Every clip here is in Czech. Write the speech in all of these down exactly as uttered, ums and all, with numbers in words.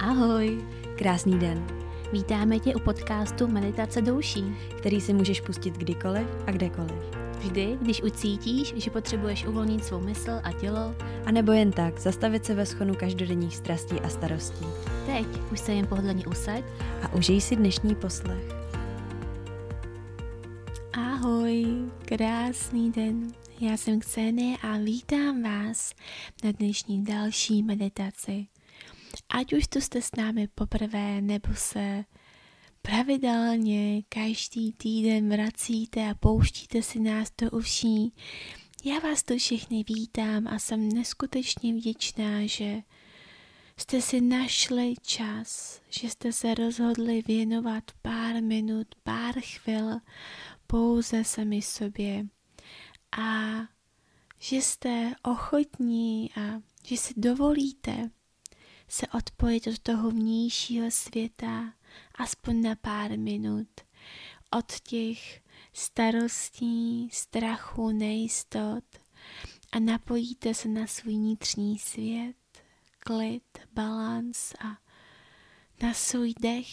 Ahoj, Krásný den, vítáme tě u podcastu Meditace douší. který si můžeš pustit kdykoliv a kdekoliv. Vždy, když ucítíš, že potřebuješ uvolnit svou mysl a tělo, A nebo jen tak, zastavit se ve schonu každodenních strastí a starostí. teď už se jen pohodlně usaď. A užij si dnešní poslech. Ahoj, krásný den. Já jsem Ksenie a vítám vás na dnešní další meditaci. Ať už tu jste s námi poprvé, nebo se pravidelně každý týden vracíte a pouštíte si nás do uší, já vás tu všechny vítám a jsem neskutečně vděčná, že jste si našli čas, že jste se rozhodli věnovat pár minut, pár chvil pouze sami sobě a že jste ochotní a že si dovolíte se odpojit od toho vnějšího světa aspoň na pár minut, od těch starostí, strachu, nejistot a napojíte se na svůj vnitřní svět, klid, balans a na svůj dech,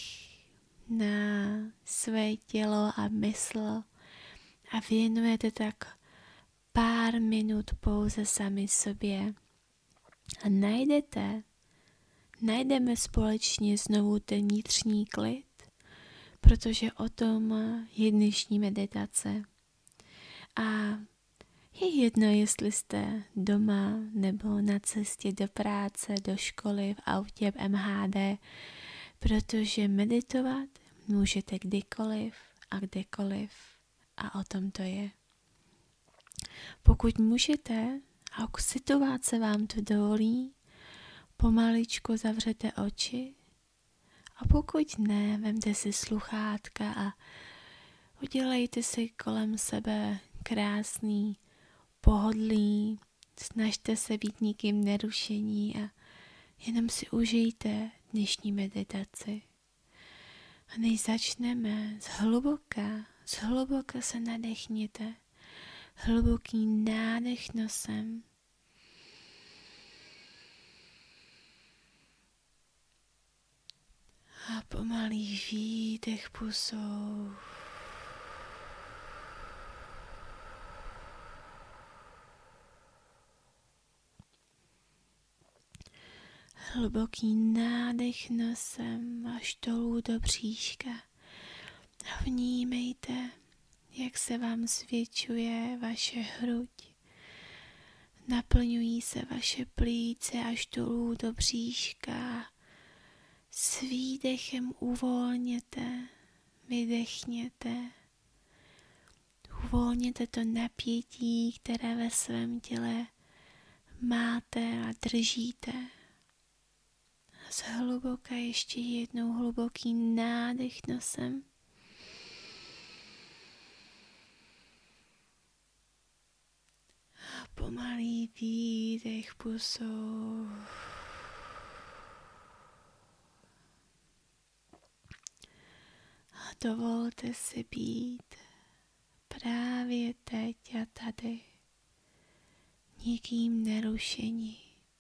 na své tělo a mysl a věnujete tak pár minut pouze sami sobě a najdete, najdeme společně znovu ten vnitřní klid, protože o tom je dnešní meditace. A je jedno, jestli jste doma nebo na cestě do práce, do školy, v autě, v M H D, protože meditovat můžete kdykoliv a kdekoliv a o tom to je. Pokud můžete a situace vám to dovolí, pomaličku zavřete oči a pokud ne, vemte si sluchátka a udělejte si kolem sebe krásný pohodlí, snažte se být nikým nerušení a jenom si užijte dnešní meditaci. A než začneme, zhluboka, zhluboka se nadechněte, hluboký nádech nosem a pomalý výdech pusou. Hluboký nádech nosem až dolů do bříška a vnímejte, jak se vám zvětšuje vaše hruď. Naplňují se vaše plíce až dolů do bříška. S výdechem uvolněte, vydechněte. Uvolněte to napětí, které ve svém těle máte a držíte. Zhluboka ještě jednou hluboký nádech nosem. A pomalý výdech pusou. A dovolte si být právě teď a tady nikým nerušení.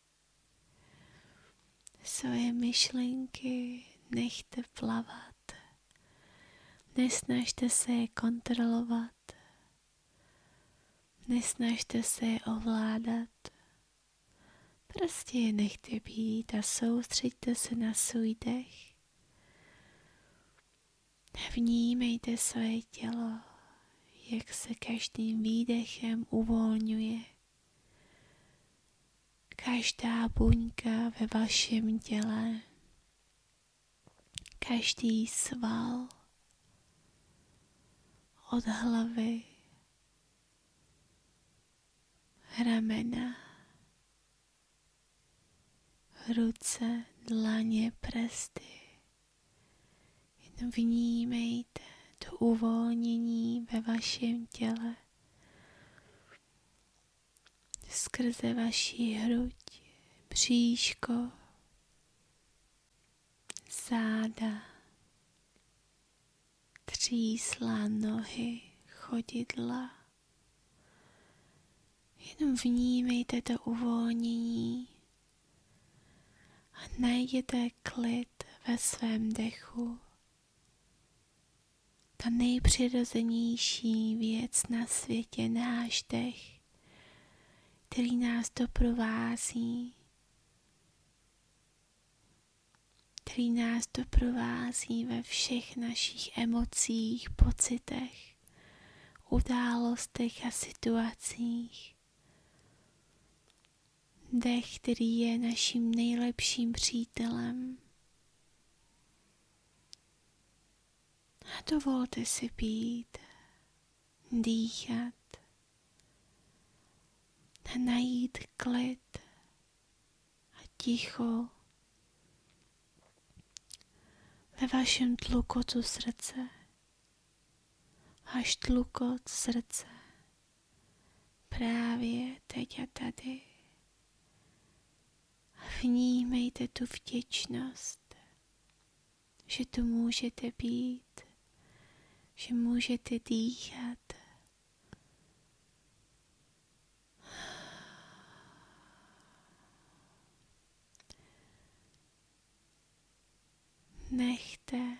Svoje myšlenky nechte plavat. Nesnažte se je kontrolovat. Nesnažte se je ovládat. Prostě je nechte být a soustřeďte se na svůj dech. Vnímejte své tělo, jak se každým výdechem uvolňuje. Každá buňka ve vašem těle, každý sval od hlavy, ramena, ruce, dlaně, prsty. Jenom vnímejte to uvolnění ve vašem těle. Skrze vaši hruď, bříško, záda, třísla nohy, chodidla. Jenom vnímejte to uvolnění a Najděte klid ve svém dechu. Ta nejpřirozenější věc na světě, náš dech, který nás doprovází, který nás doprovází ve všech našich emocích, pocitech, událostech a situacích. Dech, který je naším nejlepším přítelem. A dovolte si být, dýchat a najít klid a ticho ve vašem tlukotu srdce. Až tlukot srdce právě teď a tady. Vnímejte tu vděčnost, že tu můžete být, že můžete dýchat. Nechte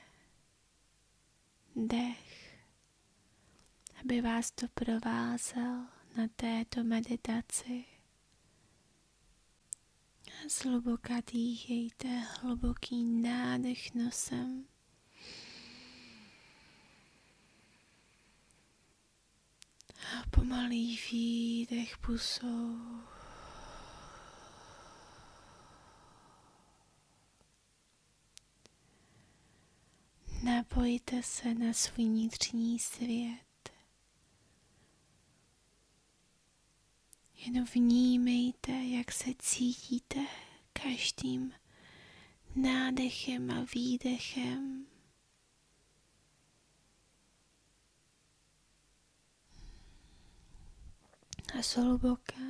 dech, aby vás doprovázel na této meditaci. Zhluboka dýchejte, hluboký nádech nosem. A pomalý výdech pusou. Napojte se na svůj vnitřní svět. Jen vnímejte, jak se cítíte každým nádechem a výdechem. A zhluboka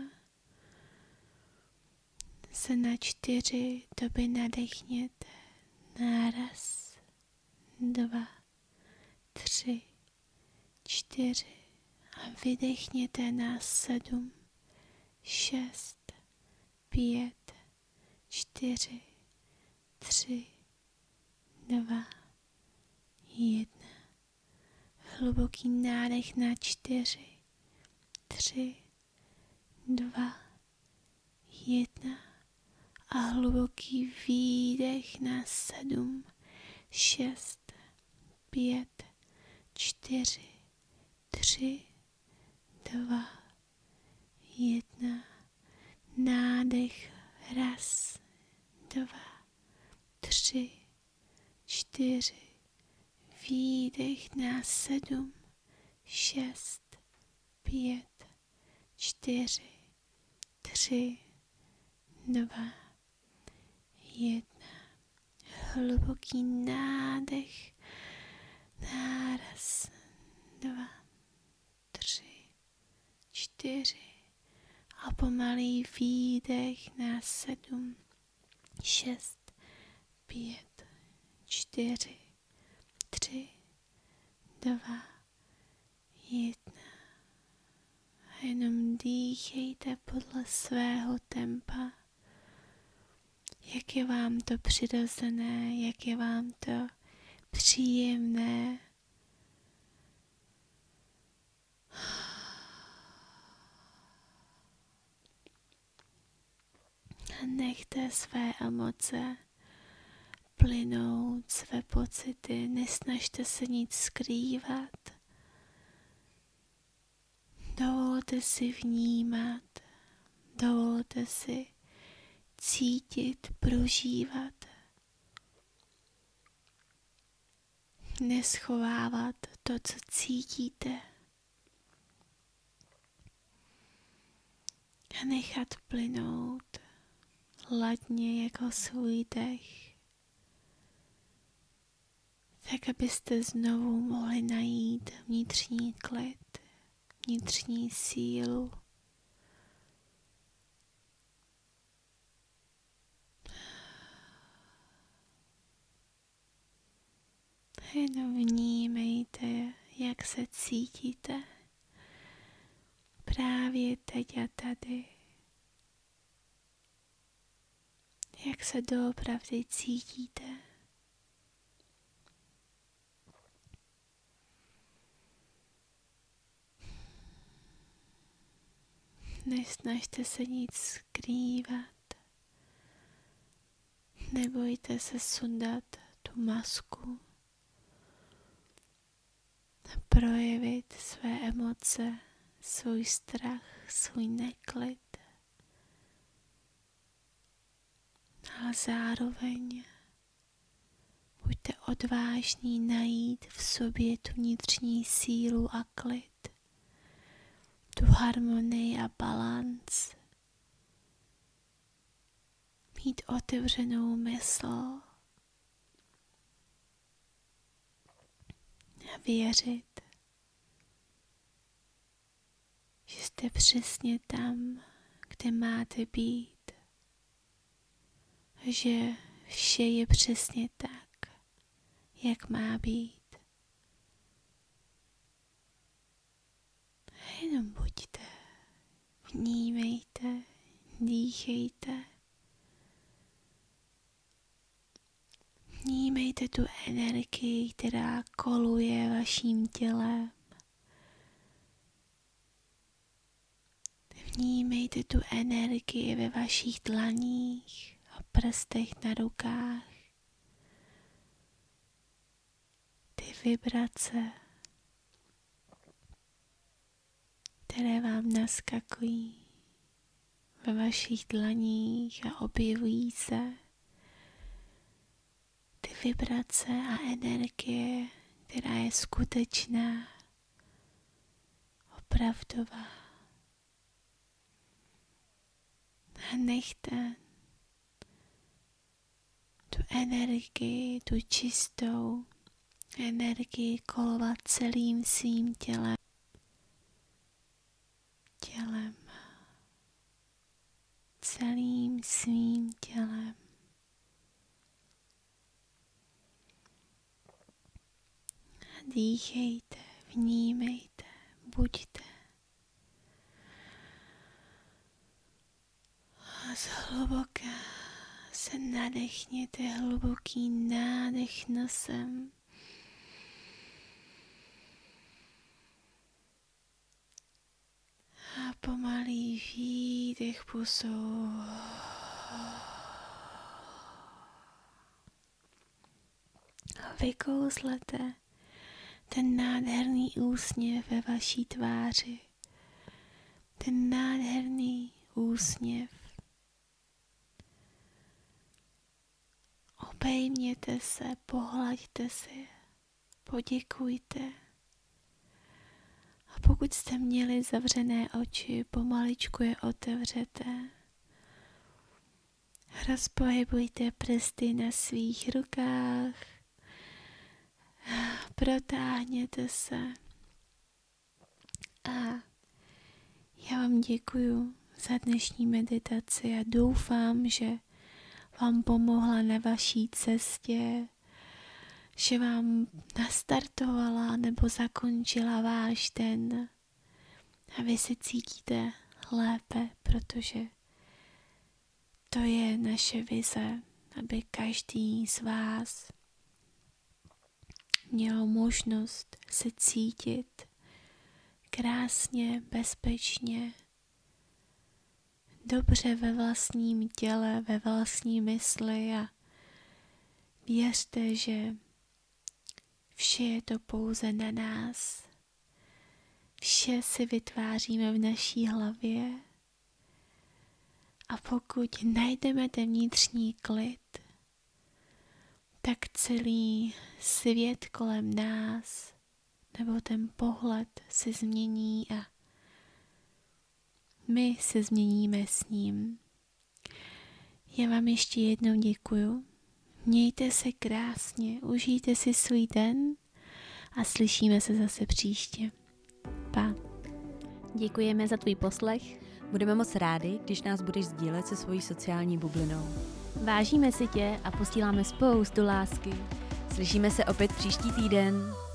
se na čtyři doby nadechněte. Náraz, dva, tři, čtyři a vydechněte na sedm, šest, pět, čtyři, tři, dva, jedna. Hluboký nádech na čtyři, tři, dva, jedna a hluboký výdech na sedm, šest, pět, čtyři, tři, dva, jedna. Nádech raz, dva, tři, čtyři, výdech na sedm, šest, pět, čtyři, tři, dva, jedna. Hluboký nádech, náraz, dva, tři, čtyři a pomalý výdech na sedm, šest, pět, čtyři, tři, dva, jedna. A jenom dýchejte podle svého tempa. Jak je vám to přirozené, jak je vám to příjemné. A nechte své emoce plynout, své pocity, nesnažte se nic skrývat. Dovolte si vnímat, dovolte si cítit, prožívat. Neschovávat to, co cítíte. A nechat plynout ladně jako svůj dech. Tak, abyste znovu mohli najít vnitřní klid, vnitřní sílu. Jenom vnímejte, jak se cítíte právě teď a tady. jak se doopravdy cítíte. Nesnažte se nic skrývat. Nebojte se sundat tu masku a projevit své emoce, svůj strach, svůj neklid. Ale zároveň buďte odvážní najít v sobě tu vnitřní sílu a klid, tu harmonii a balanc. Mít otevřenou mysl a věřit, že jste přesně tam, kde máte být. Že vše je přesně tak, jak má být. A jenom buďte, vnímejte, dýchejte. Vnímejte tu energii, která koluje vaším tělem. Vnímejte tu energii ve vašich dlaních a prstech na rukách. Ty vibrace, které vám naskakují ve vašich dlaních a objevují se. Ty vibrace a energie, která je skutečná, opravdová. A nechte tu energii, tu čistou energii kolovat celým svým tělem. Tělem. Celým svým tělem. A dýchejte, vnímejte, buďte. A zhluboka se nadechněte, hluboký nádech nosem. A pomalý výdech pusou. A vykouzlete ten nádherný úsměv ve vaší tváři. Ten nádherný úsměv. Obejměte se, pohlaďte si, poděkujte. A pokud jste měli zavřené oči, pomaličku je otevřete. Rozpohybujte prsty na svých rukách. Protáhněte se. A já vám děkuju za dnešní meditaci a doufám, že vám pomohla na vaší cestě, že vám nastartovala nebo zakončila váš den a vy se cítíte lépe, protože to je naše vize, aby každý z vás měl možnost se cítit krásně, bezpečně, dobře ve vlastním těle, ve vlastní mysli a věřte, že vše je to pouze na nás. Vše si vytváříme v naší hlavě a pokud najdeme ten vnitřní klid, tak celý svět kolem nás nebo ten pohled se změní a my se změníme s ním. Já vám ještě jednou děkuju. Mějte se krásně, užijte si svůj den a slyšíme se zase příště. Pa. Děkujeme za tvůj poslech. Budeme moc rádi, když nás budeš sdílet se svojí sociální bublinou. Vážíme si tě a posíláme spoustu lásky. Slyšíme se opět příští týden.